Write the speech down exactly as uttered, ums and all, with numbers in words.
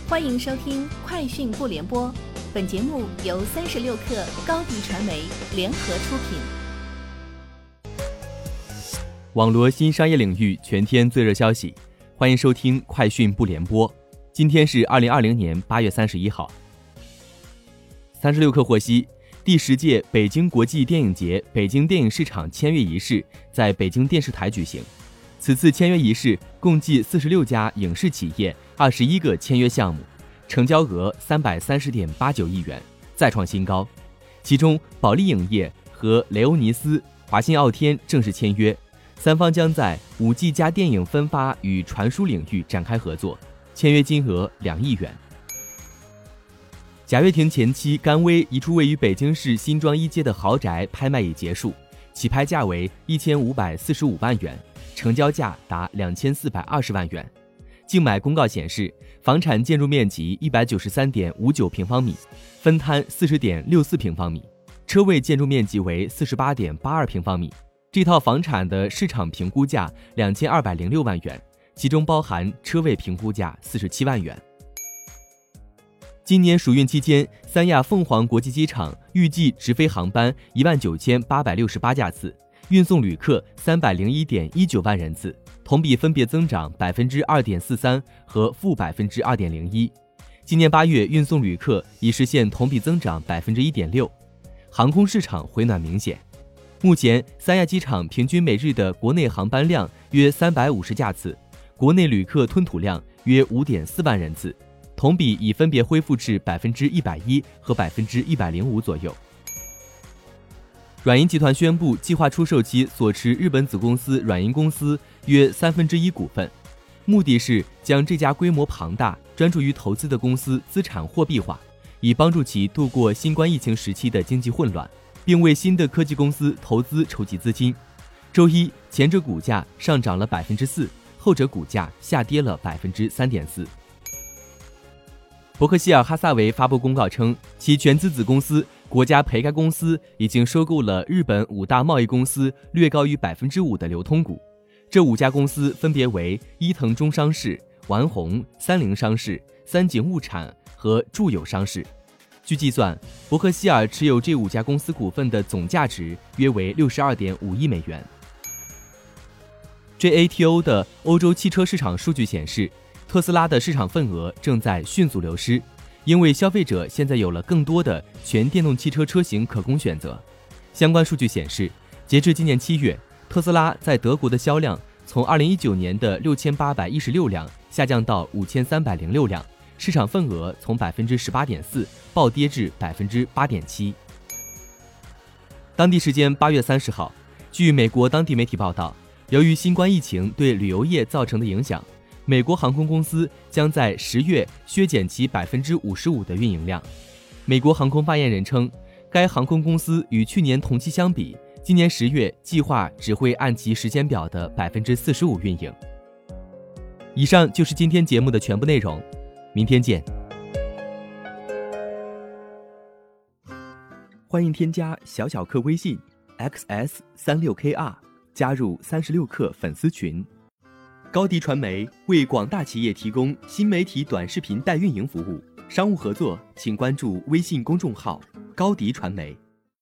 欢迎收听快讯不联播，本节目由三十六克高低传媒联合出品。 网罗新商业领域全天最热消息，欢迎收听快讯不联播。今天是二零二零年八月三十一号。三十六克获悉，第十届北京国际电影节北京电影市场签约仪式在北京电视台举行。此次签约仪式共计四十六家影视企业，二十一个签约项目，成交额三百三十点八九亿元，再创新高。其中，保利影业和雷欧尼斯、华信傲天正式签约，三方将在 五 G 加电影分发与传输领域展开合作，签约金额两亿元。贾跃亭前妻甘薇一处位于北京市新庄一街的豪宅拍卖已结束，起拍价为一千五百四十五万元，成交价达两千四百二十万元。竞买公告显示，房产建筑面积一百九十三点五九平方米，分摊四十点六四平方米，车位建筑面积为四十八点八二平方米。这套房产的市场评估价两千二百零六万元，其中包含车位评估价四十七万元。今年暑运期间，三亚凤凰国际机场预计直飞航班一万九千八百六十八架次，运送旅客三百零一点一九万人次，同比分别增长百分之二点四三和负百分之二点零一。今年八月运送旅客已实现同比增长百分之一点六，航空市场回暖明显。目前，三亚机场平均每日的国内航班量约三百五十架次，国内旅客吞吐量约五点四万人次，同比已分别恢复至百分之一百一和百分之一百零五左右。软银集团宣布计划出售其所持日本子公司软银公司约三分之一股份，目的是将这家规模庞大、专注于投资的公司资产货币化，以帮助其度过新冠疫情时期的经济混乱，并为新的科技公司投资筹集资金。周一，前者股价上涨了百分之四，后者股价下跌了百分之三点四。伯克希尔哈撒韦发布公告称，其全资子公司国家培盖公司已经收购了日本五大贸易公司略高于百分之五的流通股。这五家公司分别为伊藤忠商事、丸红、三菱商事、三井物产和住友商事。据计算，伯克希尔持有这五家公司股份的总价值约为 六十二点五亿美元。J A T O 的欧洲汽车市场数据显示，特斯拉的市场份额正在迅速流失，因为消费者现在有了更多的全电动汽车车型可供选择。相关数据显示，截至今年七月，特斯拉在德国的销量从二零一九年的六千八百一十六辆下降到五千三百零六辆，市场份额从百分之十八点四暴跌至百分之八点七。当地时间八月三十号，据美国当地媒体报道，由于新冠疫情对旅游业造成的影响，美国航空公司将在十月削减其百分之五十五的运营量。美国航空发言人称，该航空公司与去年同期相比，今年十月计划只会按其时间表的百分之四十五运营。以上就是今天节目的全部内容，明天见。欢迎添加小小客微信 X S 三六 K R， 加入三十六课粉丝群。高迪传媒为广大企业提供新媒体短视频代运营服务，商务合作请关注微信公众号高迪传媒。